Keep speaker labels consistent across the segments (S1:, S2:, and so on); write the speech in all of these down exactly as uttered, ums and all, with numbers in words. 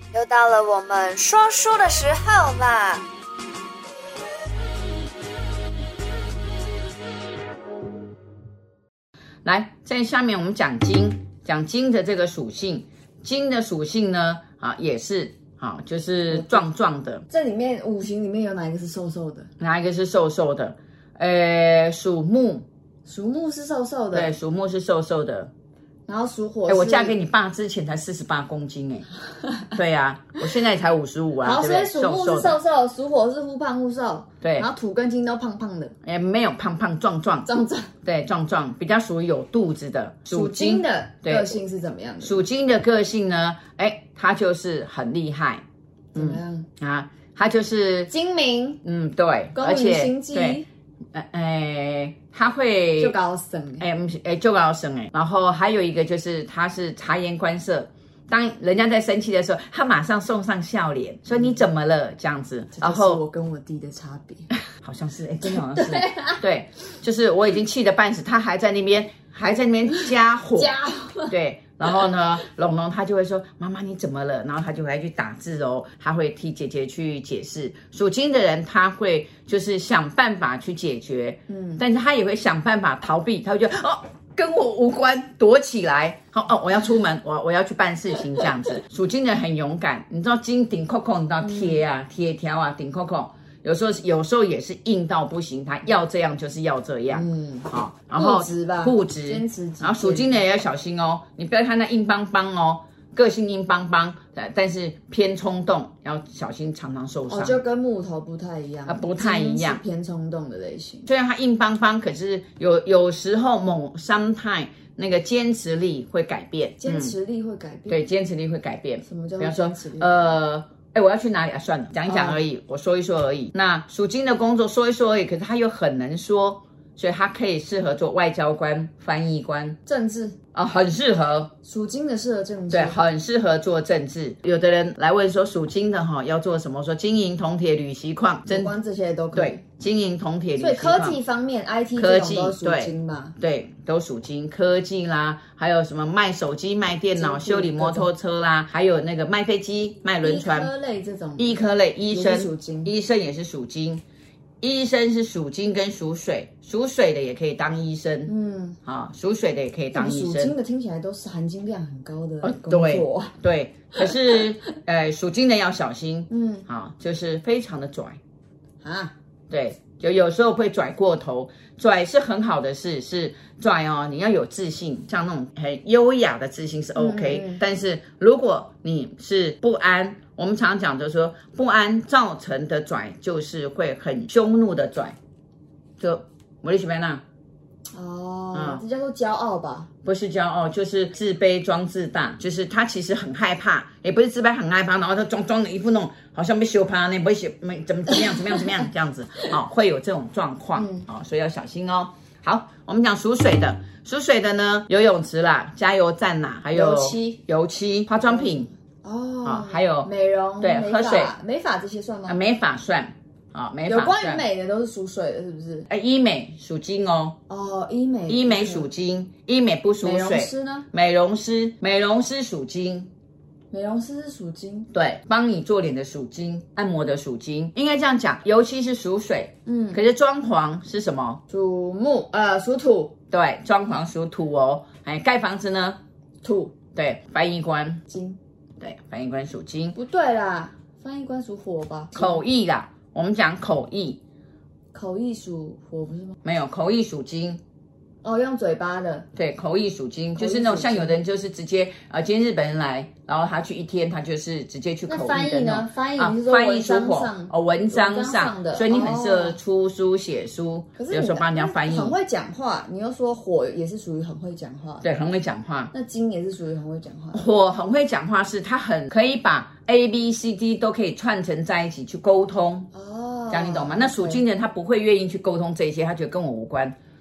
S1: 又到了我们说书的时候啦。
S2: 来，在下面我们讲金，讲金的这个属性。金的属性呢，啊，也是啊，就是壮壮的。
S3: 这里面五行里面有哪一个是瘦瘦的？
S2: 哪一个是瘦瘦的？呃，属木，
S3: 属木是瘦瘦的。
S2: 对，属木是瘦瘦的。
S3: 然后属火是，
S2: 哎，我嫁给你爸之前才四十八公斤哎，对呀、啊，我现在才五十五啊，
S3: 好，
S2: 对不对？
S3: 所以属木是瘦瘦，属火是忽胖忽瘦，
S2: 对，
S3: 然后土跟金都胖胖的，
S2: 哎，没有胖胖壮壮，
S3: 壮壮，
S2: 对，壮壮，比较属于有肚子的。
S3: 属金的个性是怎么样的？
S2: 属金的个性呢，哎，他就是很厉害，
S3: 怎么样、
S2: 嗯、啊？他就是
S3: 精明，
S2: 嗯，对，
S3: 功于心计，
S2: 对，呃，哎，他会
S3: 就高升，
S2: 哎，哎，就高升哎。然后还有一个就是他是察言观色，当人家在生气的时候，他马上送上笑脸，说你怎么了这样子。
S3: 然后我跟我弟的差别，
S2: 好像是哎，真的好像是对、啊，对，就是我已经气得半死，他还在那边还在那边加火，
S3: 加火，
S2: 对。然后呢，龙龙他就会说：“妈妈你怎么了？”然后他就会去打字哦，他会替姐姐去解释。属金的人他会就是想办法去解决，嗯，但是他也会想办法逃避，他会觉得哦跟我无关，躲起来。好哦，我要出门，我我要去办事情这样子。属金的人很勇敢，你知道金顶扣扣，你知道贴啊贴条啊顶扣扣。有时候有时候也是硬到不行，他要这样就是要这样，嗯，好、哦，然后
S3: 固执吧，
S2: 固执，
S3: 坚持，
S2: 然后属金的也要小心哦，你不要看他硬邦邦哦，个性硬邦邦，但是偏冲动，要小心常常受伤。
S3: 哦，就跟木头不太一样，
S2: 啊，不太一样，
S3: 偏冲动的类型。
S2: 虽然他硬邦邦，可是有有时候某 sometime 那个坚持力会改变，
S3: 坚持力会改变，
S2: 嗯、对，坚持力会改变。
S3: 什么叫
S2: 比方说
S3: 坚持力？
S2: 呃。哎，我要去哪里啊？算了，讲一讲而已，哦、我说一说而已。那属金的工作说一说而已，可是他又很能说，所以他可以适合做外交官、翻译官、
S3: 政治
S2: 啊、哦，很适合。
S3: 属金的适合政治，
S2: 对，很适合做政治。有的人来问说，属金的哈要做什么？说金银铜铁铝锡矿，
S3: 有关这些都可以。
S2: 对，金银铜铁铝锡
S3: 所以
S2: 矿。
S3: 科技方面 ，I T
S2: 科技
S3: 都属金嘛？
S2: 对，都属金。科技啦，还有什么卖手机、卖电脑、修理摩托车啦，还有那个卖飞机、卖轮船。
S3: 医科类这种。
S2: 医科类，医生
S3: 属金，
S2: 医生也是属金。医生是属金跟属水，属水的也可以当医生，嗯，好，属水的也可以当医生。
S3: 属金的听起来都是含金量很高的工作，
S2: 呃、对, 对，可是呃，属金的要小心，嗯，好，就是非常的拽啊，对，就有时候会拽过头，拽是很好的事，是拽哦，你要有自信，像那种很优雅的自信是 OK，、嗯、但是如果你是不安。我们常讲就是说，不安造成的拽，就是会很凶怒的拽，就我的什么呢？
S3: 哦，嗯、这叫做骄傲吧？
S2: 不是骄傲，就是自卑装自大，就是他其实很害怕，也不是自卑很害怕，然后他装装的一副那种好像被羞怕那，不会写没怎么怎么样怎么样怎么样这样子，好、哦，会有这种状况，嗯、哦，所以要小心哦。好，我们讲属水的，属水的呢，游泳池啦，加油站啦，还有
S3: 油漆、
S2: 油漆、化妆品。
S3: 哦、
S2: 啊，还有
S3: 美容，
S2: 对，喝水、
S3: 美发这些算吗？
S2: 啊，美发算啊，美发
S3: 有关于美的都是属水的，是不是？
S2: 哎，医美属金哦。
S3: 哦，医美，
S2: 医美属金，医美不属水。
S3: 美容师呢？
S2: 美容师，美容师属金。
S3: 美容师是属金，
S2: 对，帮你做脸的属金，按摩的属金，应该这样讲。油漆是属水，嗯，可是装潢是什么？
S3: 属木，呃，属土。
S2: 对，装潢属土哦。哎，盖房子呢？
S3: 土。
S2: 对，翻译官
S3: 金。
S2: 对，翻译官属金，
S3: 不对啦，翻译官属火吧？
S2: 口译啦，我们讲口译，
S3: 口译属火不是吗？
S2: 没有，口译属金。
S3: 哦，用嘴巴的。
S2: 对，口译属金，就是那种像有的人就是直接呃，今天日本人来，然后他去一天，他就是直接去口译的那种。
S3: 翻译呢？翻译
S2: 啊，
S3: 是说
S2: 翻译属火哦，文章
S3: 上
S2: 上
S3: 的，
S2: 所以你很适合出书写书，
S3: 可是
S2: 有时候帮人家翻译。
S3: 很会讲话，你又说火也是属于很会讲话，
S2: 对，很会讲话。
S3: 那金也是属于很会讲话。
S2: 火很会讲话，是他很可以把 A B C D 都可以串成在一起去沟通。哦，这样你懂吗？那属金的人他不会愿意去沟通这些，他觉得跟我无关。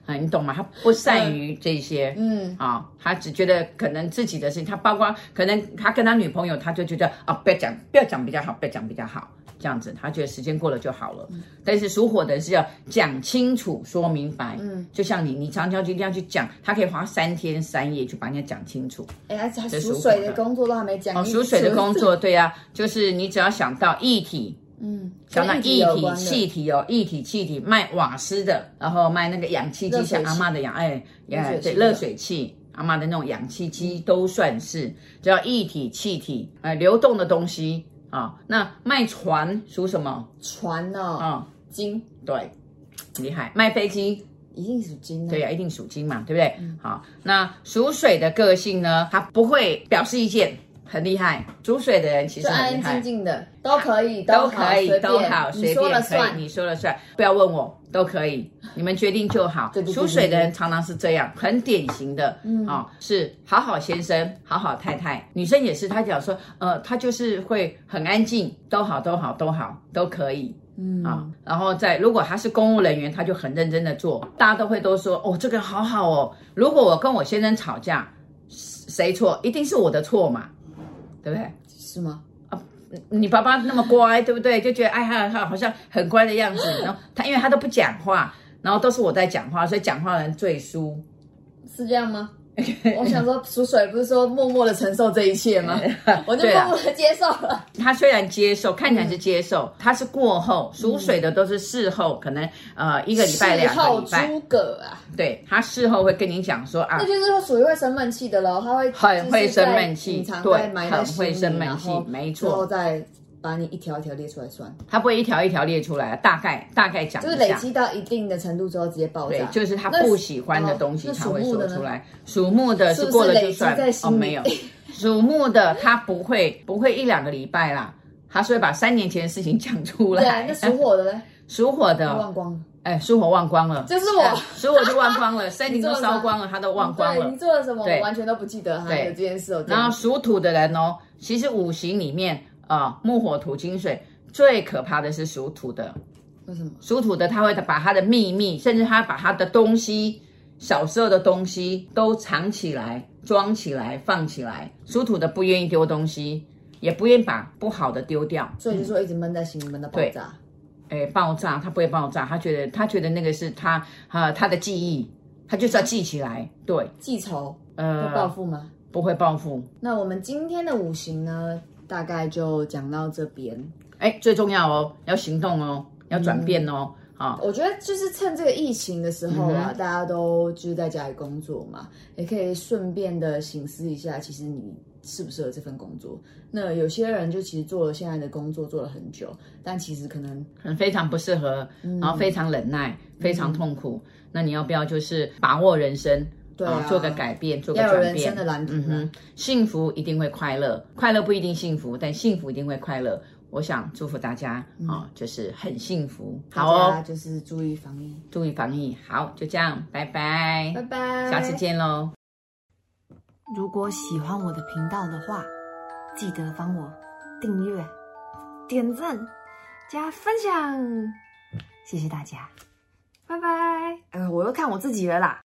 S2: 啊，你懂吗？他不善于这些，
S3: 嗯
S2: 啊、他只觉得可能自己的事情，他包括可能他跟他女朋友，他就觉得啊，不要讲，不要讲比较好，不要讲比较好，这样子，他觉得时间过了就好了。嗯、但是属火的是要讲清楚、说明白。嗯，就像你，你常常就一定要去讲，他可以花三天三夜去把人家讲清楚。
S3: 哎，还属水的工作都还没讲。
S2: 哦，属水的工作，对啊，就是你只要想到液体。
S3: 嗯，
S2: 想到液体、气体哦，液体、气体卖瓦斯的，然后卖那个氧气机，像阿嬷的氧，哎，对，热水器，阿嬷的那种氧气机都算是，只要液体、气体，呃，流动的东西啊、哦。那卖船属什么？
S3: 船哦，
S2: 嗯，
S3: 金，
S2: 对，厉害。卖飞机
S3: 一定属金、啊，
S2: 对呀、啊，一定属金嘛，对不对？嗯、好，那属水的个性呢，他不会表示意见。很厉害，属水的人其实很厉害，
S3: 安安静静的都可以，
S2: 都可以，都好，
S3: 随便，你说了算，
S2: 你说了算，不要问我，都可以，你们决定就好。属水的人常常是这样，很典型的，嗯啊、哦，是好好先生，好好太太，女生也是，她讲说，呃，她就是会很安静，都好，都好，都好，都可以。嗯啊，然后在如果他是公务人员，他就很认真的做，大家都会都说，哦，这个好好哦。如果我跟我先生吵架，谁错？一定是我的错嘛。对不对？
S3: 是吗？
S2: 啊，你爸爸那么乖，对不对？就觉得哎呀，他好像很乖的样子。然后他因为他都不讲话，然后都是我在讲话，所以讲话的人最输。
S3: 是这样吗？我想说，属水不是说默默的承受这一切吗？我就默默的接受了。
S2: 他虽然接受，看起来是接受，嗯、他是过后。属水的都是事后，可能呃一个礼拜、两个礼拜。
S3: 诸葛啊，
S2: 对他事后会跟你讲说啊，
S3: 那就是属于会生闷气的咯，他会
S2: 很会生闷气，
S3: 对，
S2: 很会生闷气，没错。
S3: 之后再把你一条一条列出来算，
S2: 他不会一条一条列出来，大概大概讲一下，
S3: 就是累积到一定的程度之后直接爆炸。
S2: 对，就是他不喜欢的东西他会说出来。属木的是过了就算，哦没有，属木的他不会不会一两个礼拜啦，他是会把三年前的事情讲出来。
S3: 对，那属火的呢？
S2: 属火的
S3: 忘光了。
S2: 哎，属火忘光了，
S3: 就是我，
S2: 属火就忘光了，身体都烧光了，他都忘光了。
S3: 对，你做了什么？我完全都不记得还有这件事哦。
S2: 然后属土的人哦，其实五行里面啊、呃，木火土金水最可怕的是属土的。
S3: 为什么？
S2: 属土的他会把他的秘密，甚至他把他的东西，小时候的东西都藏起来、装起来、放起来。属土的不愿意丢东西，也不愿意把不好的丢掉，
S3: 所以就说一直闷在心里，闷到爆炸。
S2: 哎，爆炸，他不会爆炸，他觉得他觉得那个是他啊他的记忆，他就是要记起来。对，
S3: 记仇，
S2: 呃，
S3: 会报复吗？
S2: 不会报复。
S3: 那我们今天的五行呢，大概就讲到这边。
S2: 哎，最重要哦，要行动哦，要转变哦。嗯
S3: 啊，我觉得就是趁这个疫情的时候啊，嗯、大家都就是在家里工作嘛，也可以顺便的省思一下，其实你适不适合这份工作。那有些人就其实做了现在的工作做了很久，但其实可能
S2: 可能非常不适合，嗯、然后非常忍耐，非常痛苦。嗯、那你要不要就是把握人生？
S3: 对啊，
S2: 做个改变，做个转变，
S3: 要有人生的蓝图、啊。嗯哼，
S2: 幸福一定会快乐，快乐不一定幸福，但幸福一定会快乐。我想祝福大家啊、嗯哦，就是很幸福。好哦，
S3: 大家就是注意防疫，
S2: 注意防疫。好，就这样，拜拜，
S3: 拜拜，
S2: 下次见喽。
S4: 如果喜欢我的频道的话，记得帮我订阅、点赞、加分享，谢谢大家，拜拜。呃，我又看我自己了啦。